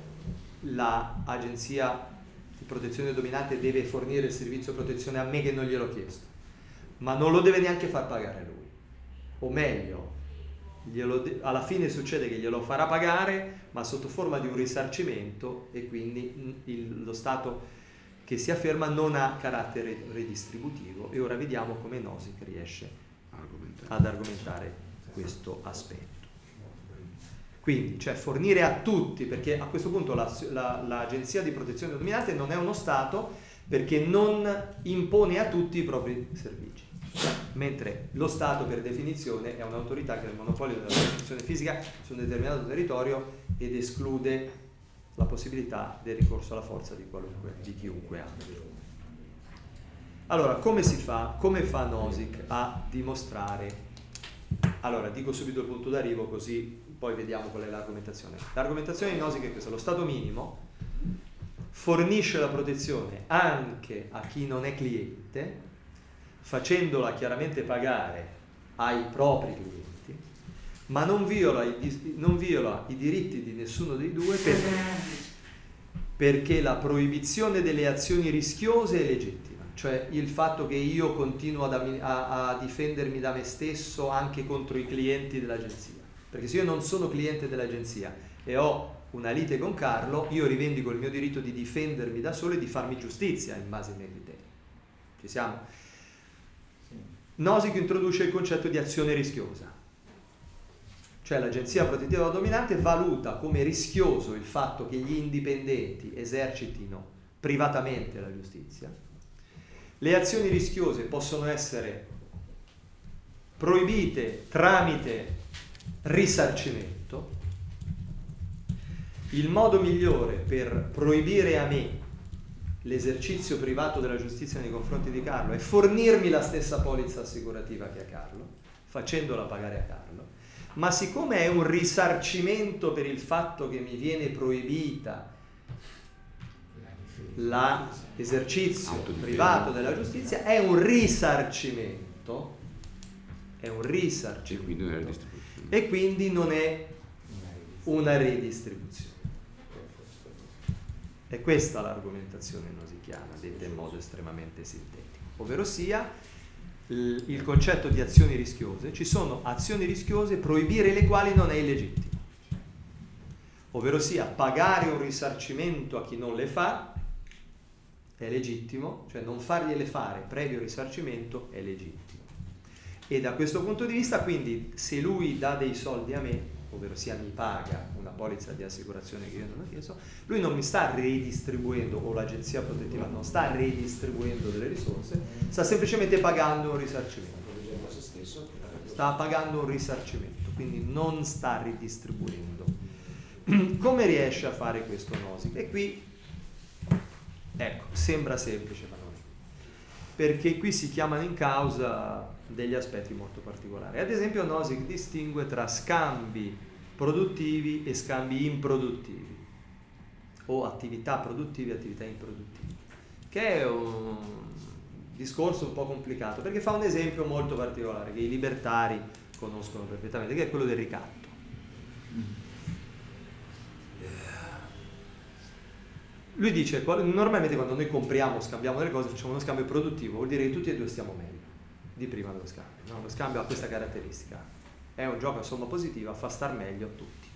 l'agenzia di protezione dominante deve fornire il servizio di protezione a me che non gliel'ho chiesto, ma non lo deve neanche far pagare lui. O meglio, alla fine succede che glielo farà pagare, ma sotto forma di un risarcimento, e quindi lo Stato che si afferma non ha carattere redistributivo, e ora vediamo come Nozick riesce ad argomentare questo aspetto. Quindi, cioè fornire a tutti, perché a questo punto l'agenzia di protezione dominante non è uno Stato, perché non impone a tutti i propri servizi, mentre lo Stato per definizione è un'autorità che ha il monopolio della protezione fisica su un determinato territorio ed esclude la possibilità del ricorso alla forza di chiunque altro. Allora, come si fa? Come fa Nozick a dimostrare? Allora, dico subito il punto d'arrivo, così poi vediamo qual è l'argomentazione. L'argomentazione di Nozick è questa: lo Stato minimo fornisce la protezione anche a chi non è cliente, facendola chiaramente pagare ai propri clienti, ma non viola i diritti di nessuno dei due, perché la proibizione delle azioni rischiose è legittima, cioè il fatto che io continuo a difendermi da me stesso anche contro i clienti dell'agenzia, perché se io non sono cliente dell'agenzia e ho una lite con Carlo, io rivendico il mio diritto di difendermi da solo e di farmi giustizia in base ai miei criteri. Ci siamo? Nozick introduce il concetto di azione rischiosa, cioè l'agenzia protettiva dominante valuta come rischioso il fatto che gli indipendenti esercitino privatamente la giustizia. Le azioni rischiose possono essere proibite tramite risarcimento. Il modo migliore per proibire a me l'esercizio privato della giustizia nei confronti di Carlo è fornirmi la stessa polizza assicurativa che a Carlo, facendola pagare a Carlo, ma siccome è un risarcimento per il fatto che mi viene proibita l'esercizio privato della giustizia, è un risarcimento, e quindi non è una redistribuzione. È questa l'argomentazione nosicchiana, detta in modo estremamente sintetico, ovvero sia il concetto di azioni rischiose. Ci sono azioni rischiose proibire le quali non è illegittimo, ovvero sia pagare un risarcimento a chi non le fa è legittimo, cioè non fargliele fare previo risarcimento è legittimo. E da questo punto di vista, quindi, se lui dà dei soldi a me, ovvero sia mi paga una polizza di assicurazione che io non ho chiesto, lui non mi sta redistribuendo, o l'agenzia protettiva non sta redistribuendo delle risorse, sta semplicemente pagando un risarcimento. Sta pagando un risarcimento, quindi non sta ridistribuendo. Come riesce a fare questo Nozick? E qui, ecco, sembra semplice, ma non è, perché qui si chiamano in causa degli aspetti molto particolari. Ad esempio, Nozick distingue tra scambi produttivi e scambi improduttivi, o attività produttive e attività improduttive, che è un discorso un po' complicato, perché fa un esempio molto particolare che i libertari conoscono perfettamente, che è quello del ricatto. Lui dice, normalmente quando noi compriamo o scambiamo delle cose facciamo uno scambio produttivo, vuol dire che tutti e due stiamo meglio di prima dello scambio, no? Lo scambio ha questa caratteristica, è un gioco a somma positiva, fa star meglio a tutti.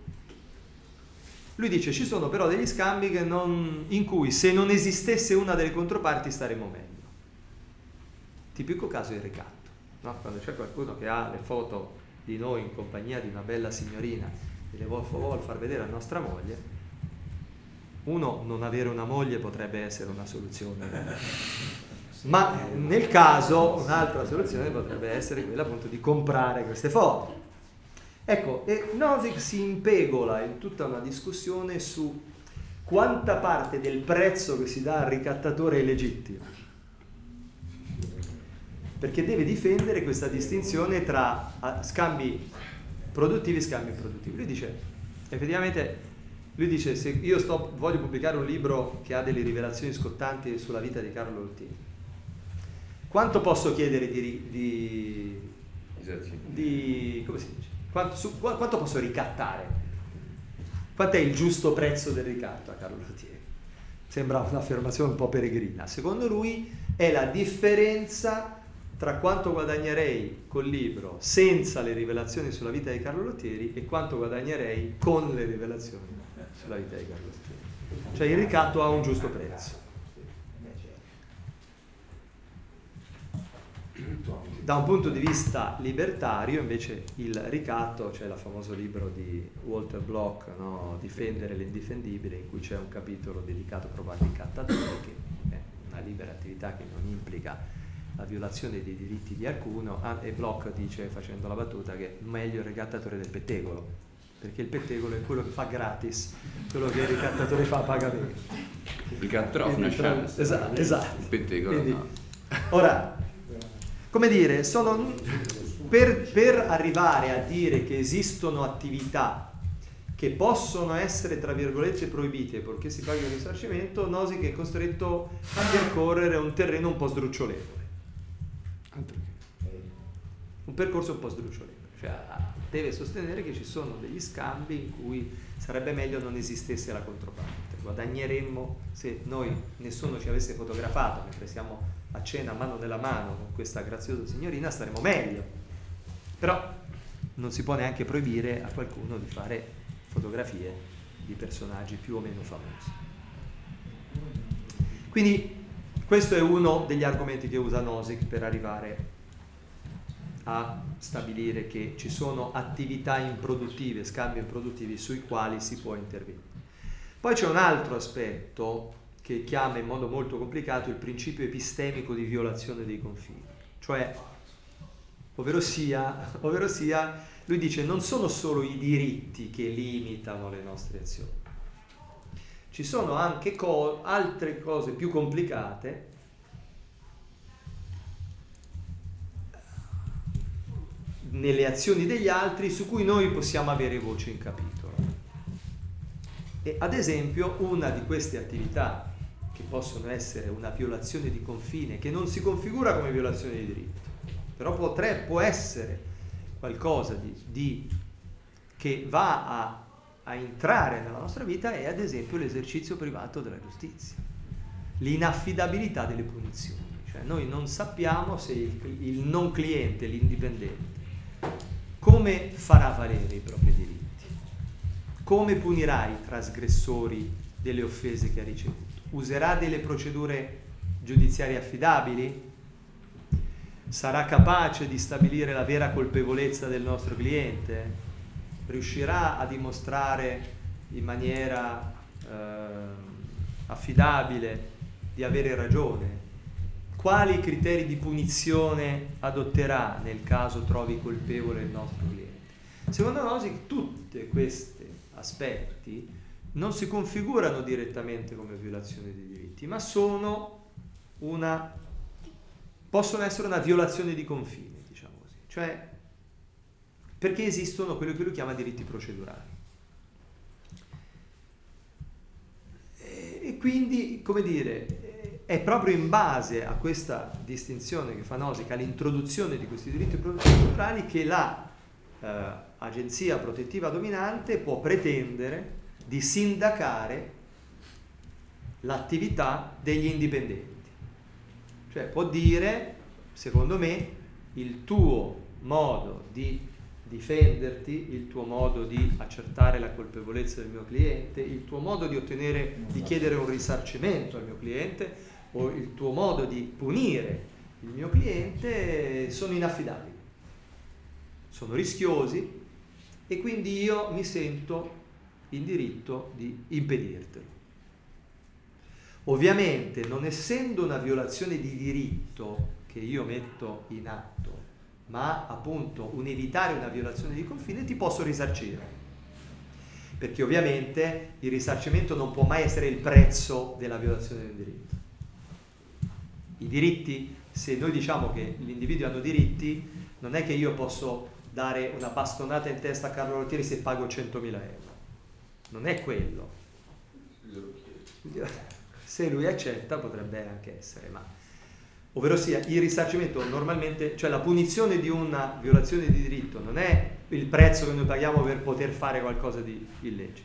Lui dice, ci sono però degli scambi in cui se non esistesse una delle controparti staremmo meglio. Tipico caso è il ricatto, no? Quando c'è qualcuno che ha le foto di noi in compagnia di una bella signorina e le vuol far vedere a nostra moglie, Uno, non avere una moglie potrebbe essere una soluzione, ma nel caso un'altra soluzione potrebbe essere quella appunto di comprare queste foto. Ecco, e Nozick si impegola in tutta una discussione su quanta parte del prezzo che si dà al ricattatore è legittima, perché deve difendere questa distinzione tra scambi produttivi e scambi improduttivi. Lui dice, effettivamente, se io voglio pubblicare un libro che ha delle rivelazioni scottanti sulla vita di Carlo Lottini, quanto posso chiedere come si dice? Quanto posso ricattare? Quanto è il giusto prezzo del ricatto a Carlo Lottini? Sembra un'affermazione un po' peregrina. Secondo lui è la differenza tra quanto guadagnerei col libro senza le rivelazioni sulla vita di Carlo Lottieri e quanto guadagnerei con le rivelazioni sulla vita di Carlo Lottieri. Cioè il ricatto ha un giusto prezzo. Da un punto di vista libertario invece il ricatto, c'è il famoso libro di Walter Block, no? Difendere l'indifendibile, in cui c'è un capitolo dedicato proprio al ricattatore, che è una libera attività che non implica la violazione dei diritti di alcuno, e Bloch dice, facendo la battuta, che è meglio il ricattatore del pettegolo, perché il pettegolo è quello che fa gratis, quello che il ricattatore fa a pagamento. Il gatto una chance. Esatto. Il pettegolo quindi, no. Ora, come dire, per arrivare a dire che esistono attività che possono essere, tra virgolette, proibite purché si paghi un risarcimento, Nozick è costretto a percorrere un terreno un po' sdrucciolevole. Un percorso un po' sdrucciolevole, cioè deve sostenere che ci sono degli scambi in cui sarebbe meglio non esistesse la controparte. Guadagneremmo, se noi nessuno ci avesse fotografato mentre siamo a cena mano nella mano con questa graziosa signorina, staremo meglio. Però non si può neanche proibire a qualcuno di fare fotografie di personaggi più o meno famosi. Quindi questo è uno degli argomenti che usa Nozick per arrivare a stabilire che ci sono attività improduttive, scambi improduttivi sui quali si può intervenire. Poi c'è un altro aspetto che chiama in modo molto complicato il principio epistemico di violazione dei confini, cioè, ovvero sia, lui dice, non sono solo i diritti che limitano le nostre azioni, ci sono anche altre cose più complicate nelle azioni degli altri su cui noi possiamo avere voce in capitolo. E ad esempio una di queste attività che possono essere una violazione di confine, che non si configura come violazione di diritto, però può essere qualcosa che va a entrare nella nostra vita, è ad esempio l'esercizio privato della giustizia, l'inaffidabilità delle punizioni. Cioè noi non sappiamo se il non cliente, l'indipendente, come farà valere i propri diritti, come punirà i trasgressori delle offese che ha ricevuto, userà delle procedure giudiziarie affidabili, sarà capace di stabilire la vera colpevolezza del nostro cliente, riuscirà a dimostrare in maniera affidabile di avere ragione, quali criteri di punizione adotterà nel caso trovi colpevole il nostro cliente. Secondo Nozick tutti questi aspetti non si configurano direttamente come violazione dei diritti, ma possono essere una violazione di confine, diciamo così, cioè perché esistono quello che lui chiama diritti procedurali. E quindi, come dire, è proprio in base a questa distinzione che fa Nozick, all'introduzione di questi diritti procedurali, che la agenzia protettiva dominante può pretendere di sindacare l'attività degli indipendenti. Cioè può dire, secondo me, il tuo modo di difenderti, il tuo modo di accertare la colpevolezza del mio cliente, il tuo modo di chiedere un risarcimento al mio cliente o il tuo modo di punire il mio cliente sono inaffidabili, sono rischiosi e quindi io mi sento in diritto di impedirtelo. Ovviamente, non essendo una violazione di diritto che io metto in atto, ma appunto un evitare una violazione di confine, ti posso risarcire. Perché ovviamente il risarcimento non può mai essere il prezzo della violazione del diritto. I diritti, se noi diciamo che gli individui hanno diritti, non è che io posso dare una bastonata in testa a Carlo Rottieri se pago 100.000 euro. Non è quello. Se lui accetta potrebbe anche essere, ma ovvero sia il risarcimento normalmente, cioè la punizione di una violazione di diritto non è il prezzo che noi paghiamo per poter fare qualcosa di illecito.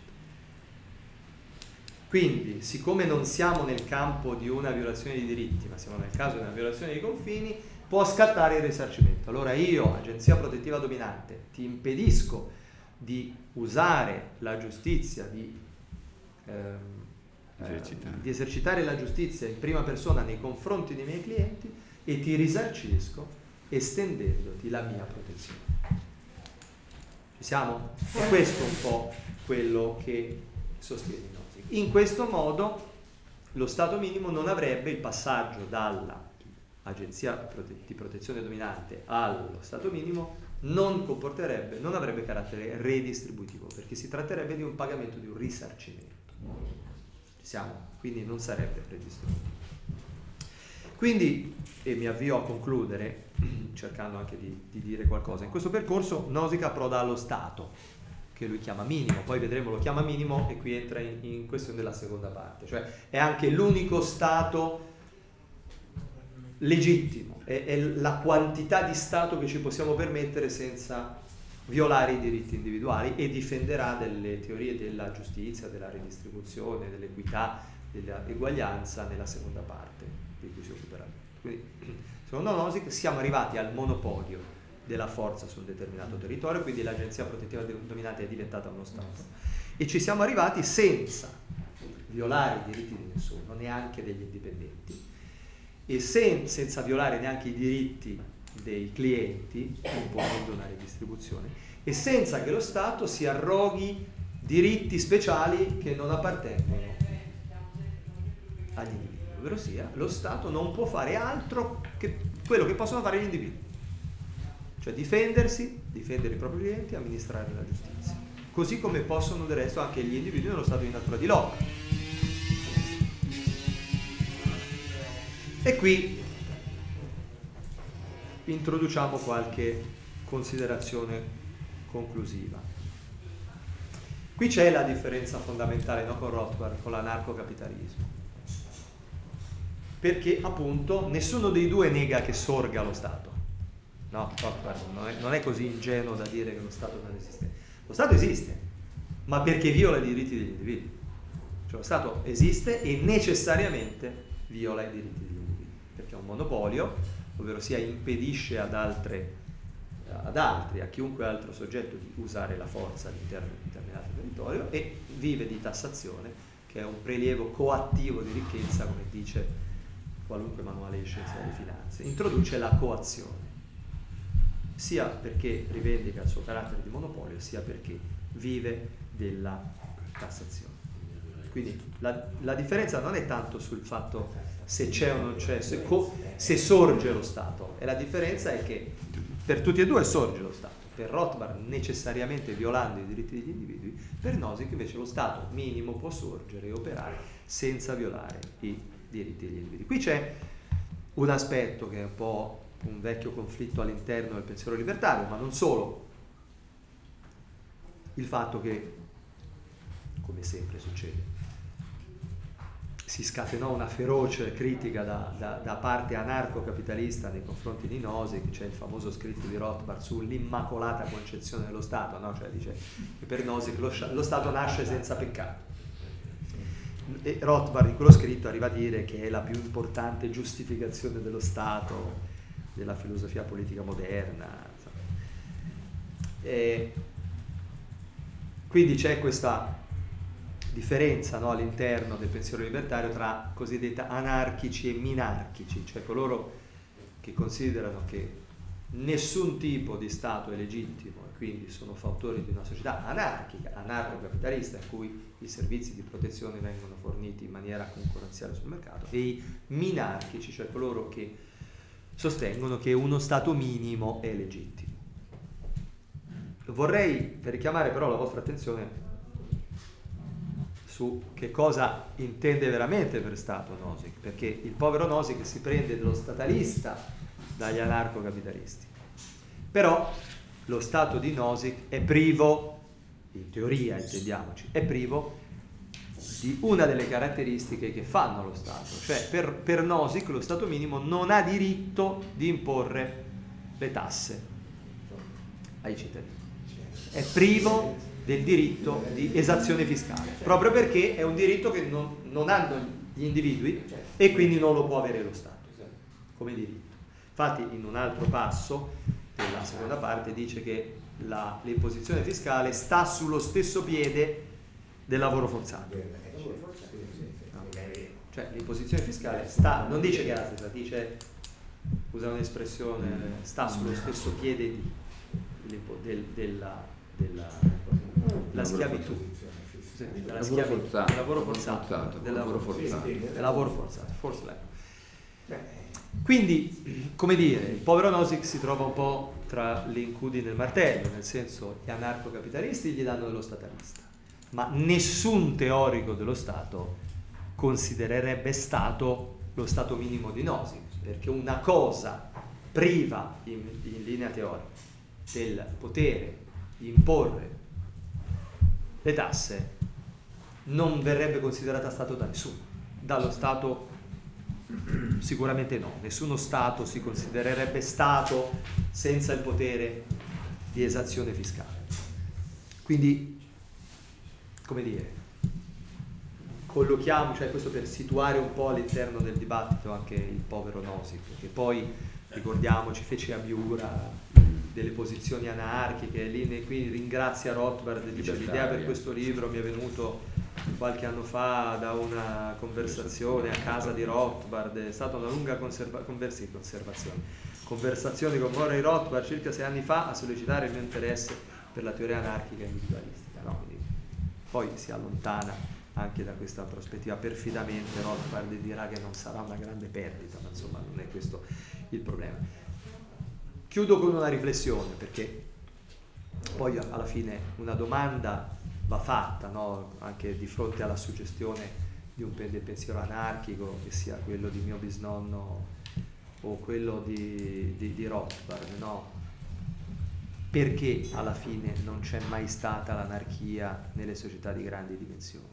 Quindi, siccome non siamo nel campo di una violazione di diritti, ma siamo nel caso di una violazione di confini, può scattare il risarcimento. Allora io, agenzia protettiva dominante, ti impedisco di usare la giustizia, di esercitare la giustizia in prima persona nei confronti dei miei clienti e ti risarcisco estendendoti la mia protezione. Ci siamo? E questo è un po' quello che sostiene Nozick. In questo modo lo stato minimo non avrebbe il passaggio dalla agenzia di protezione dominante allo stato minimo, non avrebbe carattere redistributivo, perché si tratterebbe di un pagamento di un risarcimento. Quindi non sarebbe redistributivo. Quindi, e mi avvio a concludere, cercando anche di dire qualcosa, in questo percorso Nozick approda allo Stato, che lui chiama minimo, poi vedremo lo chiama minimo e qui entra in questione della seconda parte, cioè è anche l'unico Stato legittimo, è la quantità di Stato che ci possiamo permettere senza violare i diritti individuali, e difenderà delle teorie della giustizia, della redistribuzione, dell'equità, dell'eguaglianza nella seconda parte di cui si occuperà. Quindi, secondo Nozick, siamo arrivati al monopolio della forza su un determinato territorio, quindi l'agenzia protettiva dominante è diventata uno Stato, e ci siamo arrivati senza violare i diritti di nessuno, neanche degli indipendenti, e senza violare neanche i diritti dei clienti, imponendo una redistribuzione, e senza che lo Stato si arroghi diritti speciali che non appartengono agli individui. Ovvero sia, lo Stato non può fare altro che quello che possono fare gli individui, cioè difendere i propri clienti e amministrare la giustizia, così come possono del resto anche gli individui nello stato di natura di loco. E qui introduciamo qualche considerazione conclusiva. Qui c'è la differenza fondamentale, no, con Rothbard, con l'anarcocapitalismo, perché appunto nessuno dei due nega che sorga lo Stato. No, Rothbard non è così ingenuo da dire che lo Stato non esiste. Lo Stato esiste, ma perché viola i diritti degli individui. Cioè lo Stato esiste e necessariamente viola i diritti degli individui, perché è un monopolio, ovvero sia impedisce ad altri, a chiunque altro soggetto di usare la forza all'interno di un determinato territorio, e vive di tassazione, che è un prelievo coattivo di ricchezza, come dice qualunque manuale di scienza delle finanze. Introduce la coazione, sia perché rivendica il suo carattere di monopolio, sia perché vive della tassazione. Quindi la differenza non è tanto sul fatto se c'è o non c'è, se sorge lo Stato, e la differenza è che per tutti e due sorge lo Stato. Per Rothbard necessariamente violando i diritti degli individui, per Nozick invece lo Stato minimo può sorgere e operare senza violare i diritti degli individui. Qui c'è un aspetto che è un po' un vecchio conflitto all'interno del pensiero libertario, ma non solo. Il fatto che, come sempre succede, si scatenò una feroce critica da parte anarcocapitalista nei confronti di Nozick. C'è il famoso scritto di Rothbard sull'immacolata concezione dello Stato, no? Cioè dice che per Nozick lo Stato nasce senza peccato. E Rothbard in quello scritto arriva a dire che è la più importante giustificazione dello Stato della filosofia politica moderna. E quindi c'è questa differenza, no, all'interno del pensiero libertario tra cosiddetti anarchici e minarchici, cioè coloro che considerano che nessun tipo di Stato è legittimo e quindi sono fautori di una società anarchica, anarco-capitalista, in cui i servizi di protezione vengono forniti in maniera concorrenziale sul mercato, e i minarchici, cioè coloro che sostengono che uno Stato minimo è legittimo. Vorrei richiamare però la vostra attenzione su che cosa intende veramente per Stato Nozick, perché il povero Nozick si prende dello statalista dagli anarcocapitalisti. Però lo Stato di Nozick è privo, in teoria intendiamoci, è privo di una delle caratteristiche che fanno lo Stato. Cioè per Nozick lo Stato minimo non ha diritto di imporre le tasse ai cittadini. È privo del diritto di esazione fiscale, proprio perché è un diritto che non hanno gli individui e quindi non lo può avere lo Stato come diritto. Infatti in un altro passo della seconda parte dice che l'imposizione fiscale sta sullo stesso piede del lavoro forzato. Cioè l'imposizione fiscale sta, non dice che è la stessa, dice, usa un'espressione, sta sullo stesso piede della schiavitù, della schiavitù, del lavoro forzato, forced labor. Quindi, come dire, il povero Nozick si trova un po' tra le incudini del martello, nel senso gli anarcocapitalisti gli danno dello statalista, ma nessun teorico dello Stato considererebbe Stato lo Stato minimo di Nozick, perché una cosa priva in linea teorica del potere di imporre le tasse non verrebbe considerata Stato da nessuno. Dallo Stato sicuramente no, nessuno Stato si considererebbe Stato senza il potere di esazione fiscale. Quindi, come dire, collochiamo, cioè questo per situare un po' all'interno del dibattito anche il povero Nozick, che poi, ricordiamoci, fece abiura delle posizioni anarchiche, lì qui ringrazia Rothbard, dice l'idea per questo libro mi è venuto qualche anno fa da una conversazione a casa di Rothbard, è stata una lunga conversazione con Murray Rothbard circa 6 anni fa a sollecitare il mio interesse per la teoria anarchica e individualistica, no? Quindi, poi si allontana anche da questa prospettiva perfidamente Rothbard dirà che non sarà una grande perdita, ma insomma non è questo il problema. Chiudo con una riflessione, perché poi alla fine una domanda va fatta, no? Anche di fronte alla suggestione del pensiero anarchico, che sia quello di mio bisnonno o quello di Rothbard, no? Perché alla fine non c'è mai stata l'anarchia nelle società di grandi dimensioni?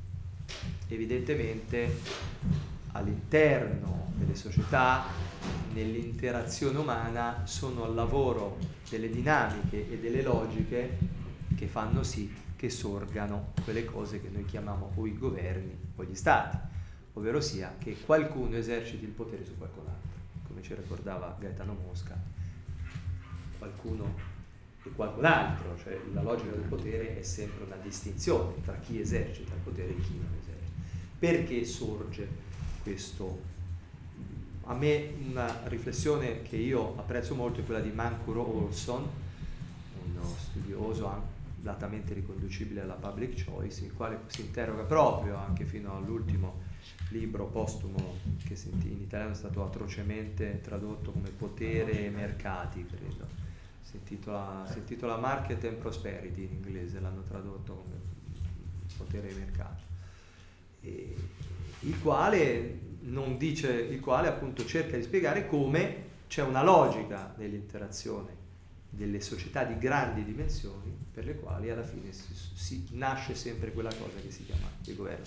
Evidentemente all'interno delle società, nell'interazione umana, sono al lavoro delle dinamiche e delle logiche che fanno sì che sorgano quelle cose che noi chiamiamo o i governi o gli stati, ovvero sia che qualcuno eserciti il potere su qualcun altro, come ci ricordava Gaetano Mosca, qualcuno e qualcun altro, cioè la logica del potere è sempre una distinzione tra chi esercita il potere e chi non esercita. Perché sorge questo? A me una riflessione che io apprezzo molto è quella di Mancuro Olson, uno studioso latamente riconducibile alla public choice, il quale si interroga proprio anche fino all'ultimo libro postumo che in italiano è stato atrocemente tradotto come Potere e Mercati, credo. Si intitola Market and Prosperity in inglese, l'hanno tradotto come Potere e Mercati. Il quale appunto cerca di spiegare come c'è una logica nell'interazione delle società di grandi dimensioni per le quali alla fine si nasce sempre quella cosa che si chiama il governo.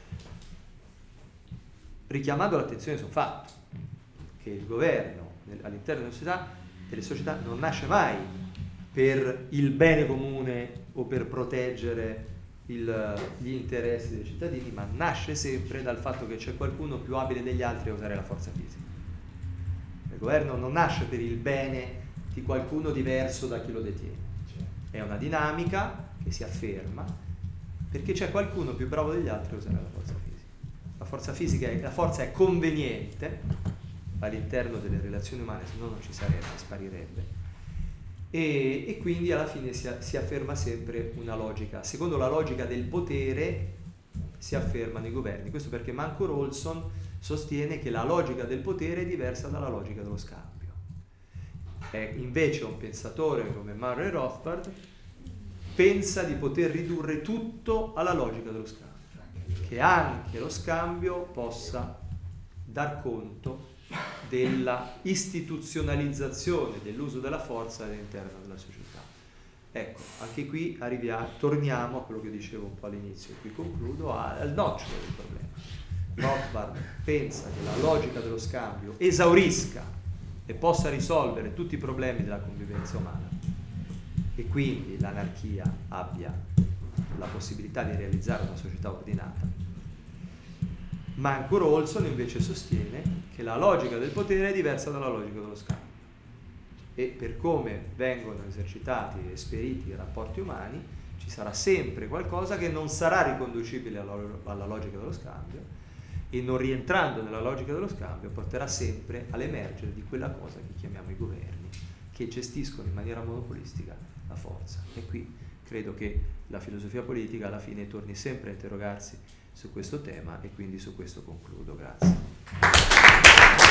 Richiamando l'attenzione sul fatto che il governo all'interno delle società non nasce mai per il bene comune o per proteggere gli interessi dei cittadini, ma nasce sempre dal fatto che c'è qualcuno più abile degli altri a usare la forza fisica. Il governo non nasce per il bene di qualcuno diverso da chi lo detiene, è una dinamica che si afferma perché c'è qualcuno più bravo degli altri a usare la forza fisica. La forza è conveniente, all'interno delle relazioni umane, se no non ci sarebbe, sparirebbe. E quindi alla fine si afferma sempre una logica. Secondo la logica del potere si affermano i governi. Questo perché Manco Rawlson sostiene che la logica del potere è diversa dalla logica dello scambio. Invece un pensatore come Murray Rothbard pensa di poter ridurre tutto alla logica dello scambio, che anche lo scambio possa dar conto della istituzionalizzazione dell'uso della forza all'interno della società. Ecco, anche qui torniamo a quello che dicevo un po' all'inizio, e qui concludo, al nocciolo del problema. Rothbard pensa che la logica dello scambio esaurisca e possa risolvere tutti i problemi della convivenza umana, e quindi l'anarchia abbia la possibilità di realizzare una società ordinata. Manco Rawlson invece sostiene che la logica del potere è diversa dalla logica dello scambio, e per come vengono esercitati e esperiti i rapporti umani ci sarà sempre qualcosa che non sarà riconducibile alla logica dello scambio, e non rientrando nella logica dello scambio porterà sempre all'emergere di quella cosa che chiamiamo i governi, che gestiscono in maniera monopolistica la forza. E qui credo che la filosofia politica alla fine torni sempre a interrogarsi su questo tema, e quindi su questo concludo. Grazie.